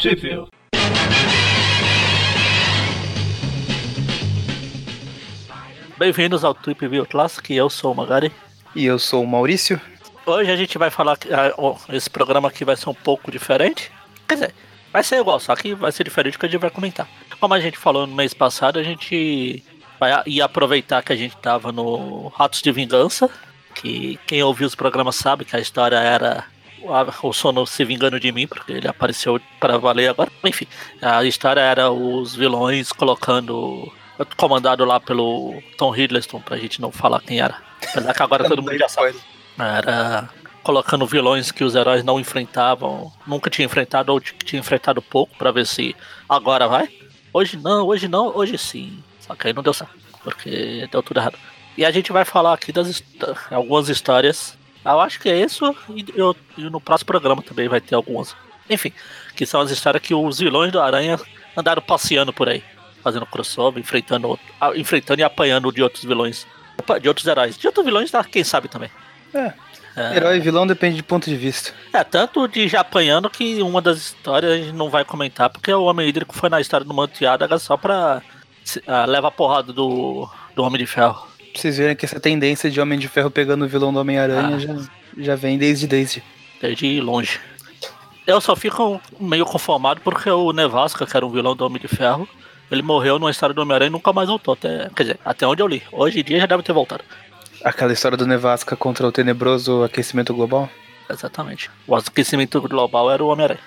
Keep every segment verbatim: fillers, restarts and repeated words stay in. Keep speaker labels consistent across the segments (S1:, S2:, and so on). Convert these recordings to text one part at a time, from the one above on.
S1: Trip View. Bem-vindos ao Trip View Classic, eu sou o Magari.
S2: E eu sou o Maurício.
S1: Hoje a gente vai falar que ah, oh, esse programa aqui vai ser um pouco diferente. Quer dizer, vai ser igual, só que vai ser diferente do que a gente vai comentar. Como a gente falou no mês passado, a gente vai ia aproveitar que a gente tava no Ratos de Vingança, que quem ouviu os programas sabe que a história era o Sono se vingando de mim, porque ele apareceu para valer agora. Enfim, a história era os vilões colocando, comandado lá pelo Tom Hiddleston, pra gente não falar quem era. Apesar que agora todo mundo já sabe. Era colocando vilões que os heróis não enfrentavam, nunca tinha enfrentado ou tinha enfrentado pouco, pra ver se agora vai. Hoje não, hoje não, hoje sim. Só que aí não deu certo, porque deu tudo errado. E a gente vai falar aqui das algumas histórias. Eu acho que é isso, e, eu, e no próximo programa também vai ter algumas. Enfim, que são as histórias que os vilões do Aranha andaram passeando por aí, fazendo crossover, enfrentando, enfrentando e apanhando de outros vilões, de outros heróis. De outros vilões, quem sabe também.
S2: É, é, herói e vilão depende de ponto de vista.
S1: É, tanto de já apanhando que uma das histórias a gente não vai comentar, porque o Homem Hídrico foi na história do Manto de Adaga só pra uh, levar a porrada do, do Homem de Ferro.
S2: Pra vocês verem que essa tendência de Homem de Ferro pegando o vilão do Homem-Aranha ah. já, já vem desde desde.
S1: Desde longe. Eu só fico meio conformado porque o Nevasca, que era um vilão do Homem de Ferro, ele morreu numa história do Homem-Aranha e nunca mais voltou. Até, quer dizer, até onde eu li. Hoje em dia já deve ter voltado.
S2: Aquela história do Nevasca contra o tenebroso aquecimento global?
S1: Exatamente. O aquecimento global era o Homem-Aranha.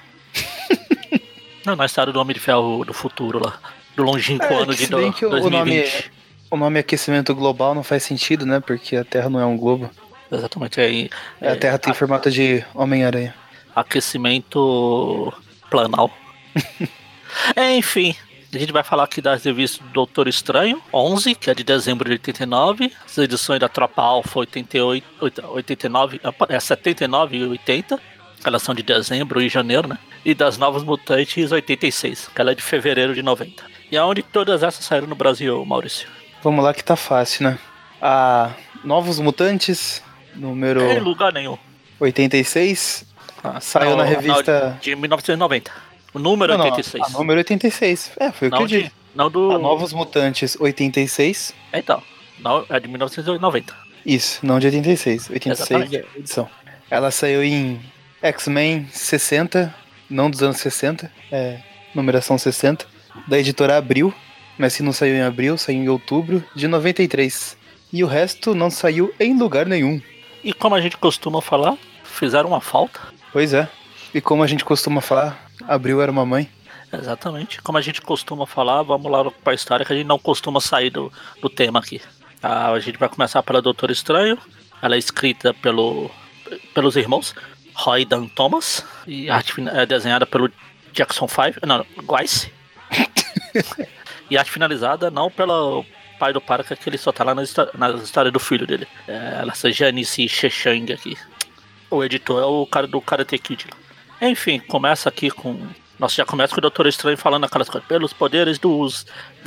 S1: Não, na história do Homem de Ferro do futuro lá. Do longínquo é, ano de do, dois mil e vinte.
S2: O nome... O nome aquecimento global não faz sentido, né? Porque a Terra não é um globo.
S1: Exatamente. É,
S2: é, a Terra tem a, formato de Homem-Aranha.
S1: Aquecimento planal. é, enfim, a gente vai falar aqui das revistas do Doutor Estranho, onze, que é de dezembro de oitenta e nove. As edições da Tropa Alpha, oitenta e oito, oitenta e nove, é setenta e nove e oitenta. Elas são de dezembro e janeiro, né? E das Novos Mutantes, oitenta e seis, que ela é de fevereiro de noventa. E aonde todas essas saíram no Brasil, Maurício?
S2: Vamos lá que tá fácil, né? A Novos Mutantes, número...
S1: Em lugar nenhum.
S2: oitenta e seis, ah, saiu não, na revista...
S1: Não, de mil novecentos e noventa. O número não, oitenta e seis.
S2: A número oitenta e seis. É, foi o que eu disse.
S1: Não do...
S2: A Novos Mutantes, oitenta e seis.
S1: Então, não, é de mil novecentos e noventa.
S2: Isso, não de oitenta e seis. oitenta e seis Exatamente. É a edição. Ela saiu em X-Men sessenta, não dos anos sessenta, é numeração sessenta, da editora Abril. Mas se não saiu em abril, saiu em outubro de noventa e três. E o resto não saiu em lugar nenhum.
S1: E como a gente costuma falar, fizeram uma falta.
S2: Pois é. E como a gente costuma falar, abril era uma mãe.
S1: Exatamente. Como a gente costuma falar, vamos lá para a história que a gente não costuma sair do, do tema aqui. Ah, a gente vai começar pela Doutor Estranho. Ela é escrita pelo, pelos irmãos Roy Dan Thomas. E a arte é desenhada pelo Jackson five. Não, Weiss. E arte finalizada não pelo pai do Parker, que ele só tá lá na, na história do filho dele. É, essa Janice Sheshang aqui. O editor é o cara do Karate Kid. Enfim, começa aqui com... Nossa, já começa com o Doutor Estranho falando aquelas coisas. Pelos poderes dos...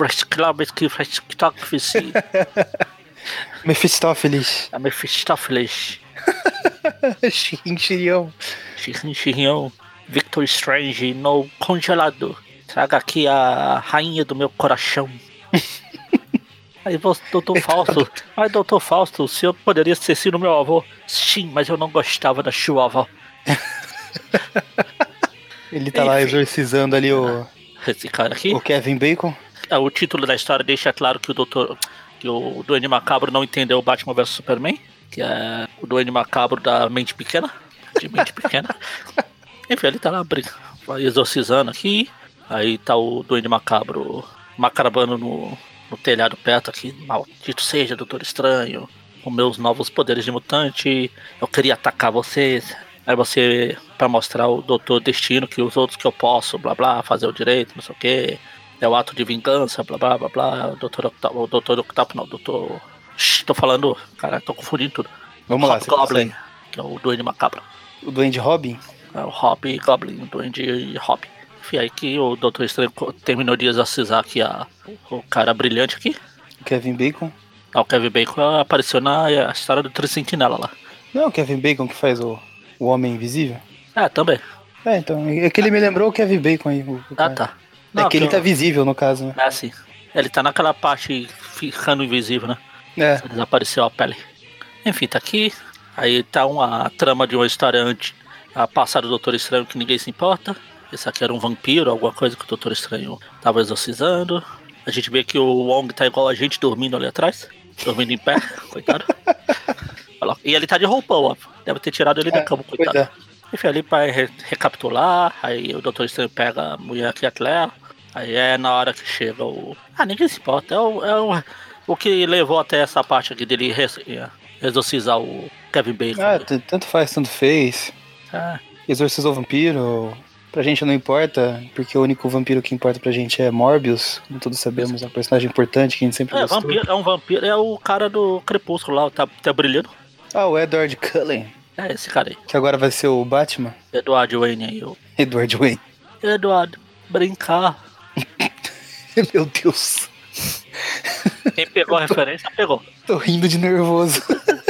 S2: Mephistófeles.
S1: A Mephistófeles.
S2: Xirrinchirião.
S1: Xirrinchirião. Victor Strange no congelado. Traga aqui a rainha do meu coração. Aí, doutor Fausto. Ai, doutor Fausto, o senhor poderia ter sido meu avô? Sim, mas eu não gostava da sua avó.
S2: Ele tá Enfim. lá exorcizando ali o...
S1: Esse cara aqui.
S2: O Kevin Bacon.
S1: O título da história deixa claro que o doutor... Que o Duende Macabro não entendeu o Batman versus Superman. Que é o Duende Macabro da mente pequena. De mente pequena. Enfim, ele tá lá exorcizando aqui. Aí tá o Duende Macabro macabando no, no telhado perto aqui. Maldito seja, Doutor Estranho. Com meus novos poderes de mutante. Eu queria atacar vocês. Aí você, pra mostrar o Doutor Destino, que os outros que eu posso, blá blá, fazer o direito, não sei o que. É o ato de vingança, blá blá blá blá. O Doutor Octopus, o Doutor Octopus não, o Doutor... Shhh, tô falando, cara, tô confundindo tudo.
S2: Vamos lá,
S1: Goblin, que é o Duende Macabro.
S2: O Duende Robin?
S1: É o Hobby Goblin, o Duende Hobby. Enfim, aí que o Doutor Estranho terminou de exorcizar aqui a, o cara brilhante aqui.
S2: Kevin Bacon.
S1: Ah, o Kevin Bacon apareceu na história do Tricentinela lá.
S2: Não é o Kevin Bacon que faz o, o Homem Invisível?
S1: É, também.
S2: É, então, é que ele me lembrou o Kevin Bacon aí. O, o
S1: Ah,
S2: cara.
S1: tá.
S2: É
S1: Não,
S2: que ele
S1: eu-
S2: tá visível, no caso, né?
S1: É assim. Ele tá naquela parte ficando invisível, né?
S2: É,
S1: Desapareceu a pele. Enfim, tá aqui. Aí tá uma trama de uma história antes. A passada do Doutor Estranho que ninguém se importa. Esse aqui era um vampiro, alguma coisa que o Doutor Estranho tava exorcizando. A gente vê que o Wong tá igual a gente dormindo ali atrás. Dormindo em pé, coitado. Olha lá. E ele tá de roupão, ó. Deve ter tirado ele da
S2: é,
S1: cama,
S2: pois
S1: coitado.
S2: é.
S1: Enfim, ali pra re- recapitular. Aí o Doutor Estranho pega a mulher que é Claire. Aí é na hora que chega o. Ah, ninguém se importa. É o, é o, o que levou até essa parte aqui dele res- exorcizar o Kevin Bacon.
S2: Ah, t- tanto faz, tanto fez.
S1: Ah,
S2: Exorcizou o vampiro. Pra gente não importa, porque o único vampiro que importa pra gente é Morbius, como todos sabemos, é um personagem importante que a gente sempre
S1: é,
S2: gostou.
S1: vampiro, é um vampiro, é o cara do Crepúsculo lá, tá, tá brilhando.
S2: Ah, o Edward Cullen,
S1: É esse cara aí.
S2: que agora vai ser o Batman.
S1: Edward Wayne aí. O
S2: Edward Wayne.
S1: Edward, brincar.
S2: Meu Deus.
S1: Quem pegou a referência, pegou.
S2: Tô rindo de nervoso.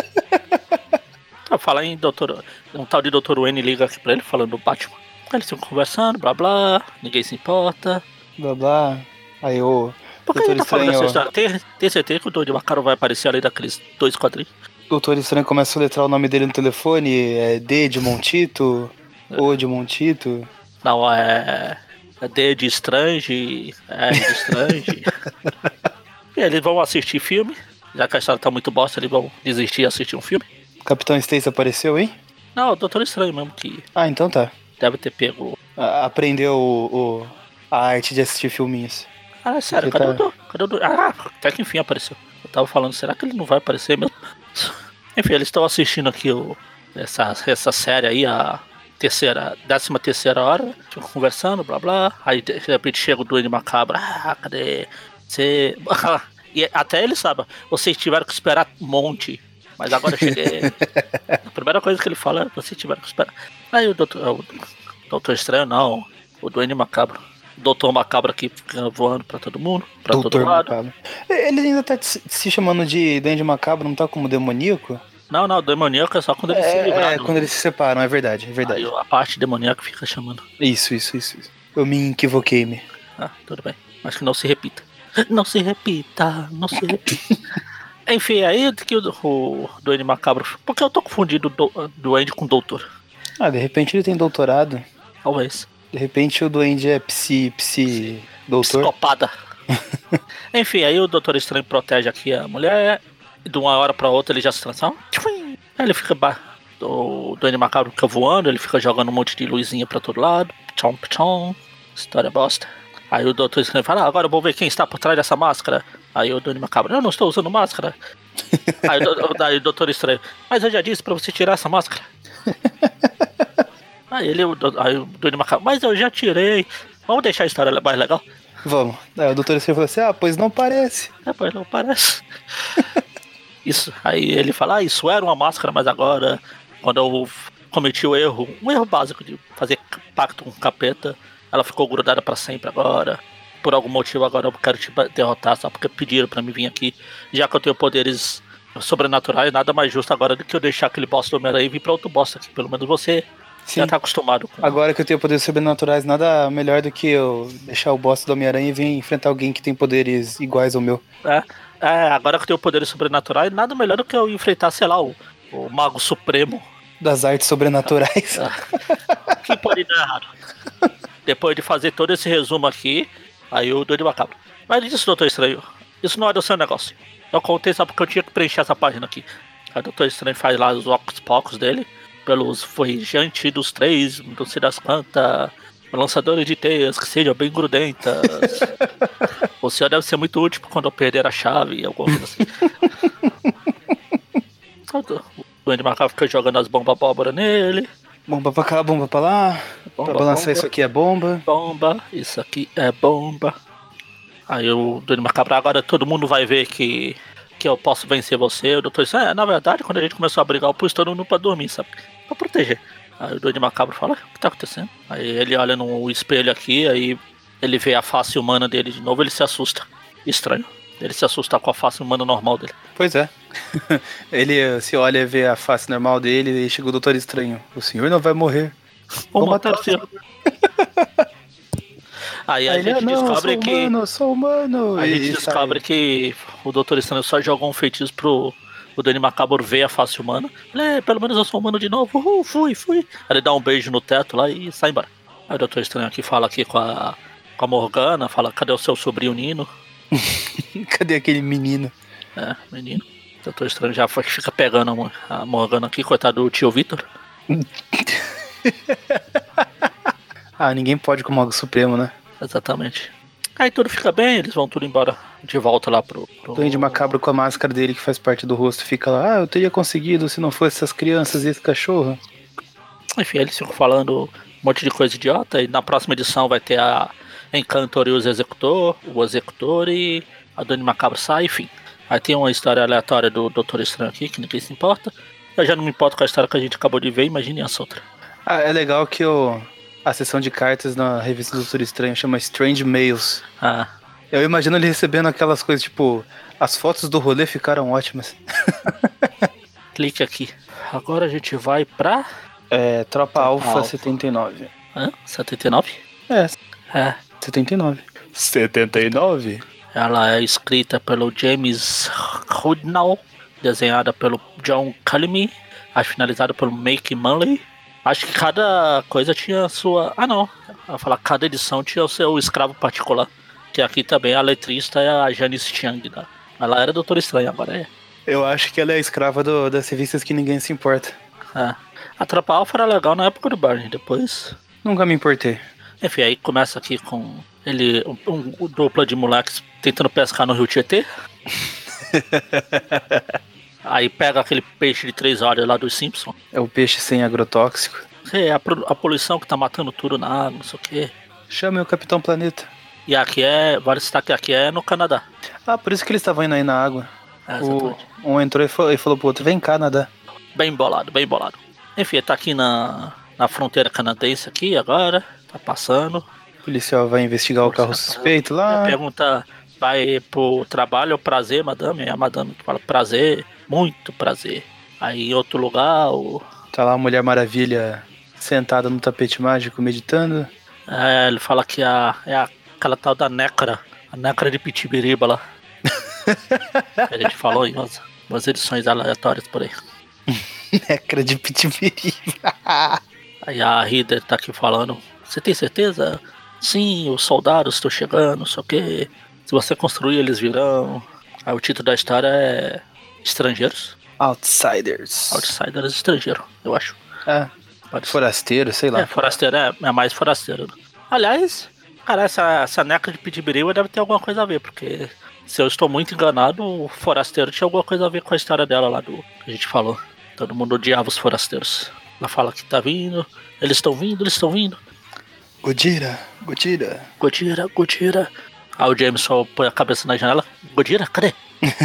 S1: Pra falar em doutor, um tal de doutor Wayne liga aqui pra ele falando do Batman. Eles ficam conversando, blá blá, ninguém se importa.
S2: Blá blá. Aí o
S1: Por que
S2: Doutor
S1: ele tá falando dessa
S2: Estranho,
S1: história? Tem, tem certeza que o Doido Macaro vai aparecer ali daqueles dois quadrinhos?
S2: Doutor Estranho começa a letrar o nome dele no telefone, é D de Montito, O de Montito.
S1: Não, é. É D de Strange, R de Strange. E eles vão assistir filme. Já que a história tá muito bosta, eles vão desistir e assistir um filme.
S2: Capitão Stacy apareceu, hein?
S1: Não, o Doutor Estranho mesmo, que
S2: Ah, então tá.
S1: deve ter pego.
S2: A- Aprendeu o, o- a arte de assistir filminhos.
S1: Ah, é sério,
S2: Porque
S1: cadê
S2: tá-
S1: o Doutor? Cadê o Doutor? Ah, até que enfim apareceu. Eu tava falando, será que ele não vai aparecer mesmo? Enfim, eles estão assistindo aqui o, essa, essa série aí, a terceira, décima terceira hora, ficam conversando, blá blá. Aí de repente chega o Duende Macabro, ah, cadê? Você. E até ele sabe, vocês tiveram que esperar um monte, mas agora eu cheguei. A primeira coisa que ele fala é, vocês tiveram que esperar. Aí o doutor, o doutor Estranho, não, o Duende Macabro. O Doutor Macabro aqui fica voando pra todo mundo, pra todo
S2: Doutor
S1: lado.
S2: Macabro. Ele ainda tá se se chamando de Duende Macabro, não tá como demoníaco?
S1: Não, não, o demoníaco é só quando ele se
S2: É,
S1: livrar.
S2: é,
S1: do-
S2: quando eles se separam, é verdade, é
S1: Aí
S2: verdade.
S1: a parte demoníaca fica chamando.
S2: Isso, isso, isso, isso. Eu me equivoquei-me.
S1: Ah, tudo bem. Mas que não se repita. Não se repita, não se repita. Enfim, aí que o, o Duende Macabro. Porque eu tô confundindo o do, Duende com o Doutor.
S2: Ah, de repente ele tem doutorado.
S1: Talvez.
S2: De repente o Duende é psi, psi, doutor.
S1: Psicopada. Enfim, aí o Doutor Estranho protege aqui a mulher. E de uma hora pra outra ele já se transforma. Tchuim. Aí ele fica. ba- O Duende Macabro fica voando, ele fica jogando um monte de luzinha pra todo lado. Tchom, tchom. História bosta. Aí o Doutor Estranho fala, ah, agora eu vou ver quem está por trás dessa máscara. Aí o Duende Macabro, eu não estou usando máscara. Aí, o do- aí o Doutor Estranho, mas eu já disse pra você tirar essa máscara. Aí ele, o do- aí o Duende Macabro, mas eu já tirei. Vamos deixar a história mais legal?
S2: Vamos. Aí o doutor Estranho falou assim, ah, pois não parece.
S1: É, pois não parece. Isso, aí ele fala, ah, isso era uma máscara, mas agora, quando eu cometi o erro, um erro básico de fazer pacto com o capeta, ela ficou grudada pra sempre agora. Por algum motivo agora eu quero te derrotar só porque pediram pra mim vir aqui. Já que eu tenho poderes sobrenaturais, nada mais justo agora do que eu deixar aquele boss do Homem-Aranha e vir pra outro boss aqui. Pelo menos você
S2: Sim.
S1: já tá acostumado com...
S2: Agora que eu tenho poderes sobrenaturais, nada melhor do que eu deixar o boss do Homem-Aranha e vir enfrentar alguém que tem poderes iguais ao meu.
S1: É, é, agora que eu tenho poderes sobrenaturais, nada melhor do que eu enfrentar, sei lá, o, o Mago Supremo.
S2: Das artes sobrenaturais.
S1: Que pode dar errado. Depois de fazer todo esse resumo aqui, aí o Doido Macabro. Mas isso, Doutor Estranho, isso não é do seu negócio. Eu contei só porque eu tinha que preencher essa página aqui. Aí o Doutor Estranho faz lá os ocos pocos dele, pelos forjantes dos três, não sei das quantas, lançadores de teias que sejam bem grudentas. O senhor deve ser muito útil quando eu perder a chave, alguma coisa assim. O Duende Macabro fica jogando as bombas abóbora nele.
S2: Bomba pra cá, bomba pra lá.
S1: Bomba,
S2: pra balançar
S1: bomba.
S2: isso aqui é bomba.
S1: Bomba, isso aqui é bomba. Aí o Duende Macabro, agora todo mundo vai ver que, que eu posso vencer você. O doutor disse, é, na verdade, quando a gente começou a brigar, eu pus todo mundo pra dormir, sabe? Pra proteger. Aí o Duende Macabro fala, o que tá acontecendo? Aí ele olha no espelho aqui, aí ele vê a face humana dele de novo, ele se assusta. Estranho. Ele se assusta com a face humana normal dele.
S2: Pois é. Ele se olha e vê a face normal dele e chega o Doutor Estranho. O senhor não vai morrer.
S1: Vamos matar o senhor. Aí a
S2: Aí ele,
S1: gente
S2: não,
S1: descobre
S2: sou
S1: que.
S2: humano, eu sou humano.
S1: A
S2: E
S1: gente
S2: sai.
S1: descobre que o Doutor Estranho só jogou um feitiço pro o Dani Macabro ver a face humana. Ele, é, pelo menos eu sou humano de novo. Uhul, fui, fui. Aí ele dá um beijo no teto lá e sai embora. Aí o Doutor Estranho aqui fala aqui com a, com a Morgana, fala, cadê o seu sobrinho Nino?
S2: Cadê aquele menino?
S1: É, menino. O Doutor Estranho já fica pegando a Mo- a Morgana aqui, coitado do tio Victor.
S2: Ah, ninguém pode com o Mago Supremo, né?
S1: Exatamente. Aí tudo fica bem, eles vão tudo embora de volta lá pro. pro...
S2: O Duende Macabro com a máscara dele que faz parte do rosto fica lá, ah, eu teria conseguido se não fosse essas crianças e esse cachorro.
S1: Enfim, eles ficam falando um monte de coisa idiota. E na próxima edição vai ter a Encantor e o Executor, o Executor e a Duende Macabro sai, enfim. Aí tem uma história aleatória do Doutor Estranho aqui, que ninguém se importa. Eu já não me importo com a história que a gente acabou de ver, imagine essa outra.
S2: Ah, é legal que o, a sessão de cartas na revista do Doutor Estranho chama Strange Mails.
S1: Ah,
S2: Eu imagino ele recebendo aquelas coisas, tipo, as fotos do rolê ficaram ótimas.
S1: clique aqui. Agora a gente vai pra.
S2: É, Tropa
S1: Tropa
S2: Alpha
S1: Alpha.
S2: setenta e nove.
S1: Hã? setenta e nove?
S2: É,
S1: É.
S2: setenta e nove. setenta e nove?
S1: Ela é escrita pelo James Hudnall, desenhada pelo John Cullimy, acho finalizada pelo Make Manley. Acho que cada coisa tinha a sua. Ah, não. Eu falar cada edição tinha o seu escravo particular. Que aqui também a letrista é a Janice Chiang. Né? Ela era Doutor Estranho, agora é.
S2: Eu acho que ela é escrava do, das revistas que ninguém se importa.
S1: é. A Tropa Alpha era legal na época do Barney, depois.
S2: Nunca me importei.
S1: Enfim, aí começa aqui com ele, um, um, um dupla de moleques tentando pescar no Rio Tietê. Aí pega aquele peixe de três olhos lá dos Simpsons.
S2: É o peixe sem agrotóxico.
S1: É a, pro- a poluição que tá matando tudo na água, não sei o quê.
S2: Chame o Capitão Planeta.
S1: E aqui é, vale citar que aqui é no Canadá.
S2: Ah, por isso que eles estavam indo aí na água.
S1: É,
S2: O,
S1: exatamente.
S2: um entrou e falou, e falou pro outro, vem cá nadar.
S1: Bem bolado, bem bolado. Enfim, tá aqui na, na fronteira canadense aqui agora, tá passando.
S2: O policial vai investigar o carro suspeito lá.
S1: A pergunta, vai pro trabalho ou prazer, madame? É a madame que fala prazer, muito prazer. Aí em outro lugar, o,
S2: Tá lá a Mulher Maravilha sentada no tapete mágico meditando.
S1: é, ele fala que a, é a, aquela tal da Necra, a Necra de Pitibiriba lá. Que a gente falou em umas, umas edições aleatórias por aí.
S2: Necra de pitibiriba.
S1: Aí a Heather tá aqui falando, você tem certeza? Sim, os soldados estão chegando, não sei o que. Se você construir, eles virão. Aí o título da história é Estrangeiros.
S2: Outsiders.
S1: Outsiders estrangeiro, eu acho.
S2: É,
S1: Pode ser.
S2: forasteiro, sei lá.
S1: É, forasteiro é, é mais forasteiro. Aliás, cara, essa, essa neca de Pitibiriba deve ter alguma coisa a ver, porque se eu estou muito enganado, o forasteiro tinha alguma coisa a ver com a história dela lá do que a gente falou. Todo mundo odiava os forasteiros. Ela fala que tá vindo, eles estão vindo, eles estão vindo.
S2: Godira, Godira.
S1: Godira, Godira. Aí o Jameson põe a cabeça na janela. Godira, cadê?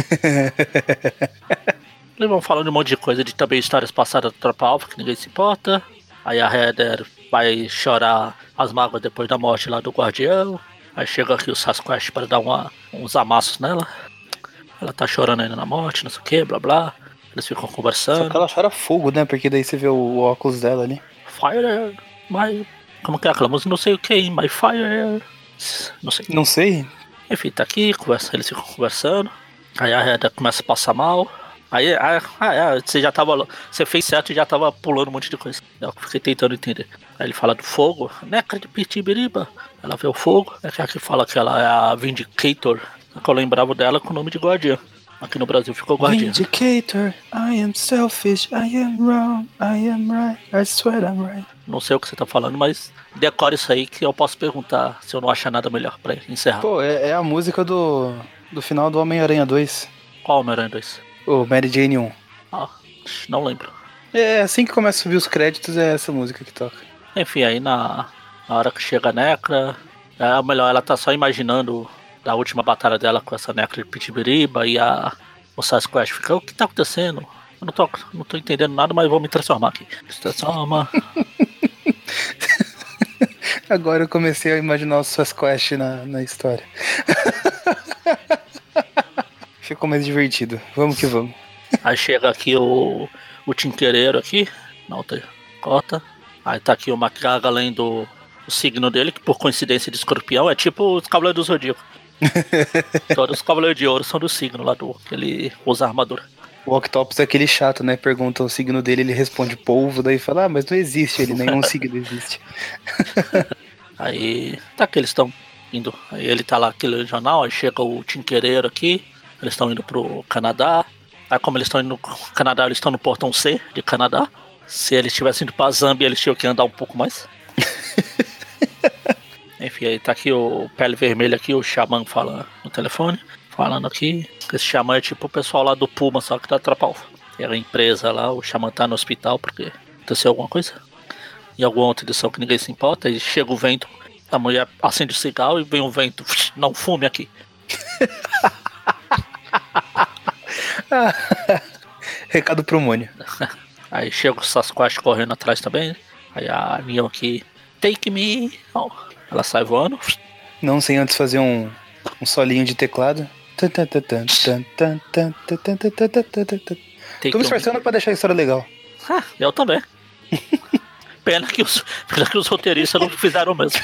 S1: Eles vão falando de um monte de coisa, de também histórias passadas da Tropa Alpha, que ninguém se importa. Aí a Heather vai chorar as mágoas depois da morte lá do Guardião. Aí chega aqui o Sasquatch para dar uma, uns amassos nela. Ela tá chorando ainda na morte, não sei o que, blá blá. Eles ficam
S2: Só
S1: conversando.
S2: que ela chora fogo, né? Porque daí você vê o óculos dela ali.
S1: Fire, my... Como que é aquela música? Não sei o que, my fire... Não sei.
S2: Não sei.
S1: Enfim, tá aqui, conversa, eles ficam conversando. Aí a Heather começa a passar mal. Aí, ah, ah, é, você já tava. Você fez certo e já tava pulando um monte de coisa. Eu fiquei tentando entender. Aí ele fala do fogo, Necra de Pitibiriba. Ela vê o fogo. É que aqui fala que ela é a Vindicator. Que eu lembrava dela com o nome de Guardiã. Aqui no Brasil ficou Guardiã.
S2: Vindicator, I am selfish, I am wrong, I am right, I swear I'm right.
S1: Não sei o que você tá falando, mas decore isso aí que eu posso perguntar se eu não achar nada melhor pra encerrar.
S2: Pô, é, é a música do, do final do Homem-Aranha dois.
S1: Qual Homem-Aranha dois?
S2: O Mary Jane um.
S1: Ah, não lembro.
S2: É, assim que começa a subir os créditos, é essa música que toca.
S1: Enfim, aí na, na hora que chega a Necra, é melhor, ela tá só imaginando da última batalha dela com essa Necra de Pitibiriba e a, o Sasquatch fica, o que tá acontecendo? Eu não tô, não tô entendendo nada, mas vou me transformar aqui. Se transforma.
S2: Agora eu comecei a imaginar o Sasquatch na, na história. Ficou mais divertido. Vamos que vamos.
S1: Aí chega aqui o, o tinquereiro aqui, na outra cota. Aí tá aqui o Macaga lendo o signo dele, que por coincidência de escorpião é tipo os Cavaleiros do Zodíaco. Todos os Cavaleiros de Ouro são do signo lá do que ele usa a armadura.
S2: O Octopus é aquele chato, né? Pergunta o signo dele, ele responde polvo, daí fala, ah, mas não existe ele, nenhum signo existe.
S1: Aí tá que eles estão indo. Aí ele tá lá aquele jornal, aí chega o Tinquereiro aqui, eles estão indo pro Canadá. Aí como eles estão indo no Canadá, eles estão no portão C de Canadá. Se eles tivessem ido pra Zâmbia, eles tinham que andar um pouco mais. Enfim, aí tá aqui o Pele Vermelha aqui, o Xamã fala no telefone, falando aqui. Esse Xamã é tipo o pessoal lá do Puma, só que da Trapalfa. Era a empresa lá, o Xamã tá no hospital porque aconteceu alguma coisa. Em alguma outra edição que ninguém se importa, aí chega o vento, a mulher acende o cigarro e vem o vento, não fume aqui.
S2: Recado pro Mônio.
S1: Aí chega o Sasquatch correndo atrás também. Aí a Neon aqui, take me. Oh, ela sai voando.
S2: Não sem antes fazer um, um solinho de teclado. Tô me esforçando pra deixar a história legal.
S1: Ah, eu também. Pena que, os, pena que os roteiristas não fizeram mesmo.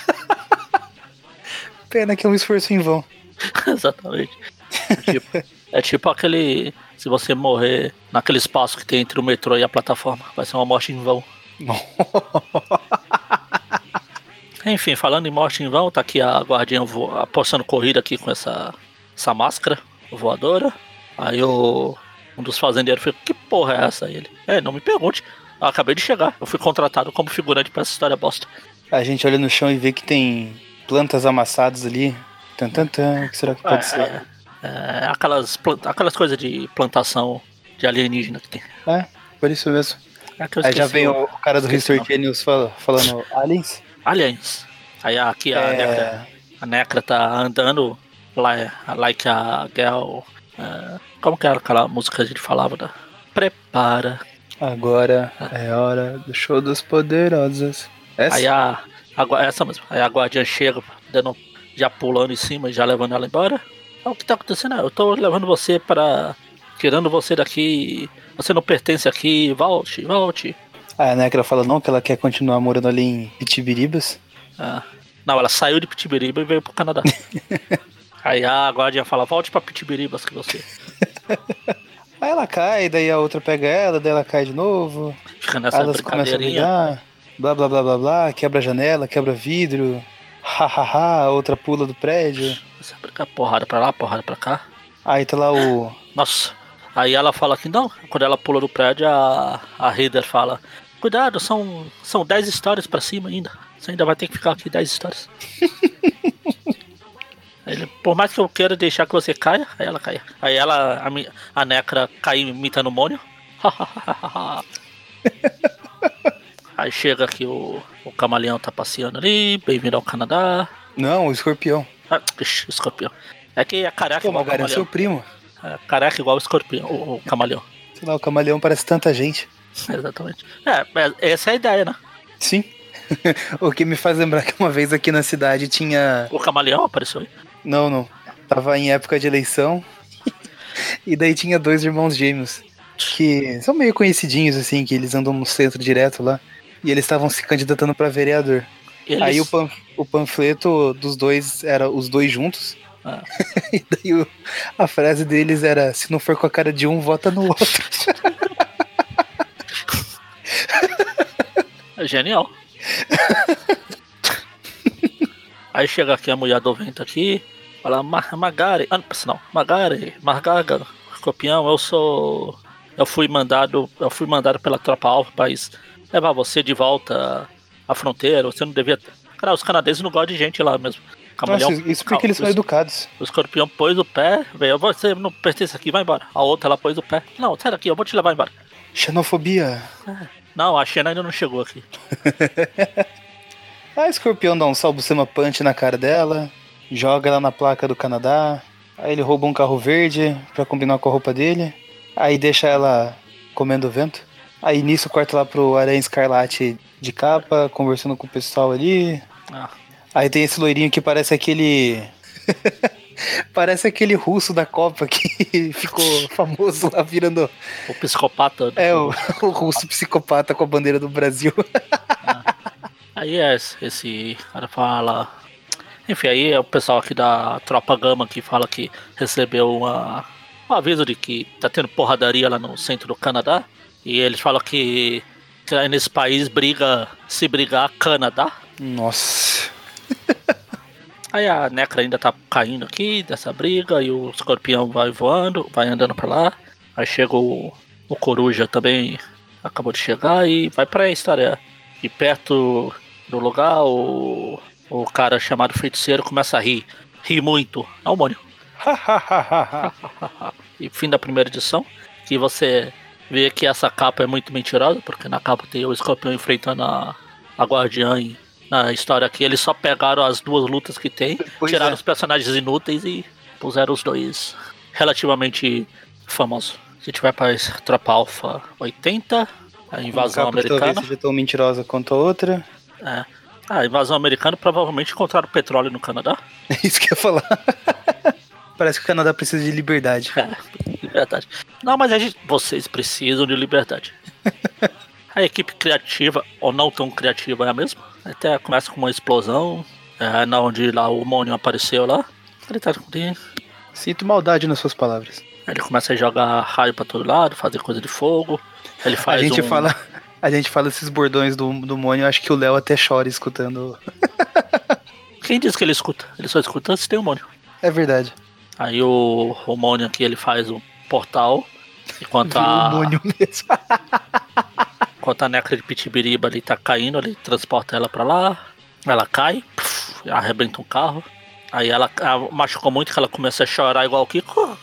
S2: Pena que é um esforço em vão.
S1: Exatamente. É tipo, é tipo aquele... Se você morrer naquele espaço que tem entre o metrô e a plataforma, vai ser uma morte em vão. Enfim, falando em morte em vão, tá aqui a guardinha vo... apostando corrida aqui com essa, essa máscara voadora. Aí o... um dos fazendeiros falou, que porra é essa? Aí ele, é, não me pergunte. Eu acabei de chegar, eu fui contratado como figurante pra essa história bosta.
S2: A gente olha no chão e vê que tem plantas amassadas ali. Tan, tan, tan. O que será que pode
S1: é,
S2: ser?
S1: É, é, aquelas, plant... aquelas coisas de plantação de alienígena que tem.
S2: É, por isso mesmo.
S1: É que eu
S2: Aí já vem
S1: o...
S2: o cara do History Genius fal- falando aliens.
S1: Aliens. Aí aqui a,
S2: É.
S1: Necra, a Necra tá andando lá, like a girl. É, como que era aquela música que a gente falava? Da... Prepara.
S2: Agora é hora do show dos poderosos. Essa?
S1: Aí a, a, essa mesmo. Aí a guardiã chega, dando, já pulando em cima e já levando ela embora. Então, o que tá acontecendo? Eu tô levando você para... Tirando você daqui. Você não pertence aqui. Volte, volte.
S2: A Necra fala não, que ela quer continuar morando ali em Pitibiribas.
S1: Ah, não, ela saiu de Pitibiriba e veio pro Canadá. Aí a guardiã fala, volte pra Pitibiribas que você...
S2: Aí ela cai, daí a outra pega ela, daí ela cai de novo.
S1: Fica nessa
S2: Aí elas começam a brigar, blá blá blá blá blá, quebra a janela, quebra vidro, hahaha, a outra pula do prédio.
S1: Você brinca porrada pra lá, porrada pra cá.
S2: Aí tá lá o...
S1: Nossa, aí ela fala que não, quando ela pula do prédio, a, a Heather fala, cuidado, são, são dez histórias pra cima ainda. Você ainda vai ter que ficar aqui dez histórias. Ele, por mais que eu queira deixar que você caia, aí ela caia. Aí ela, a, a Necra cai imitando o Mônio. Aí chega aqui o, o camaleão tá passeando ali, bem-vindo ao Canadá.
S2: Não, o escorpião.
S1: Ah, ixi, o escorpião. É que é careca
S2: Pô,
S1: igual o
S2: Magari, é
S1: camaleão.
S2: seu primo.
S1: É careca igual o escorpião, o, o camaleão.
S2: Sei lá, o camaleão parece tanta gente.
S1: Exatamente. É, é, essa é a ideia, né?
S2: Sim. O que me faz lembrar que uma vez aqui na cidade tinha...
S1: O camaleão apareceu aí.
S2: Não, não. Tava em época de eleição. E daí tinha dois irmãos gêmeos. Que são meio conhecidinhos, assim, que eles andam no centro direto lá. E eles estavam se candidatando pra vereador.
S1: Eles...
S2: Aí o, pan, o panfleto dos dois era os dois juntos.
S1: Ah.
S2: E daí o, a frase deles era: se não for com a cara de um, vota no outro.
S1: É genial. Aí chega aqui a mulher do vento aqui. Fala, Magari. Ah, não, Magari, Margaga, escorpião, eu sou. Eu fui mandado. Eu fui mandado pela tropa alfa para levar você de volta à fronteira. Você não devia. Cara, os canadenses não gostam de gente lá mesmo.
S2: Camaleão, Nossa, isso porque eles são educados.
S1: O escorpião pôs o pé, veio, você não pertence aqui, vai embora. A outra ela pôs o pé. Não, sai daqui, eu vou te levar embora.
S2: Xenofobia.
S1: É. Não, a Xena ainda não chegou aqui.
S2: Aí o escorpião dá um salbucema punch na cara dela, joga ela na placa do Canadá. Aí ele rouba um carro verde pra combinar com a roupa dele. Aí deixa ela comendo o vento. Aí nisso corta lá pro Aranha Escarlate de capa, conversando com o pessoal ali.
S1: Ah.
S2: Aí tem esse loirinho que parece aquele... Parece aquele russo da Copa que ficou famoso lá virando...
S1: O psicopata.
S2: É, o, o russo psicopata com a bandeira do Brasil.
S1: É. Aí é esse, esse cara fala... Enfim, aí é o pessoal aqui da Tropa Gama que fala que recebeu uma, um aviso de que tá tendo porradaria lá no centro do Canadá. E eles falam que, que nesse país briga, se brigar, Canadá.
S2: Nossa.
S1: Aí a Necra ainda tá caindo aqui dessa briga e o escorpião vai voando, vai andando pra lá. Aí chega o, o Coruja também, acabou de chegar e vai pra história. E perto do lugar, o, o cara chamado feiticeiro começa a rir. Ri muito. É o Mônio. E fim da primeira edição, que você vê que essa capa é muito mentirosa, porque na capa tem o escorpião enfrentando a, a guardiã e na história aqui eles só pegaram as duas lutas que tem, pois tiraram é. os personagens inúteis e puseram os dois relativamente famosos. A gente vai para Tropa Alpha oitenta, a invasão americana.
S2: Talvez seja tão mentirosa quanto a outra.
S1: É. Ah, a invasão americana provavelmente encontraram petróleo no Canadá.
S2: É isso que eu ia falar. Parece que o Canadá precisa de liberdade.
S1: É, liberdade. Não, mas a gente, vocês precisam de liberdade. A equipe criativa, ou não tão criativa, é a mesma. Até começa com uma explosão, é, na onde lá o Mônio apareceu lá. Ele tá com...
S2: Sinto maldade nas suas palavras.
S1: Ele começa a jogar raio pra todo lado, fazer coisa de fogo. Ele faz
S2: a gente
S1: um...
S2: fala, a gente fala esses bordões do, do Mônio, acho que o Léo até chora escutando.
S1: Quem diz que ele escuta? Ele só escuta se tem o Mônio.
S2: É verdade.
S1: Aí o, o Mônio aqui, ele faz um portal, enquanto a...
S2: o Mônio mesmo.
S1: Enquanto a Necra de Pitibiriba ali tá caindo, ele transporta ela pra lá, ela cai, puf, arrebenta um carro. Aí ela, ela machucou muito que ela começa a chorar igual o Kiko.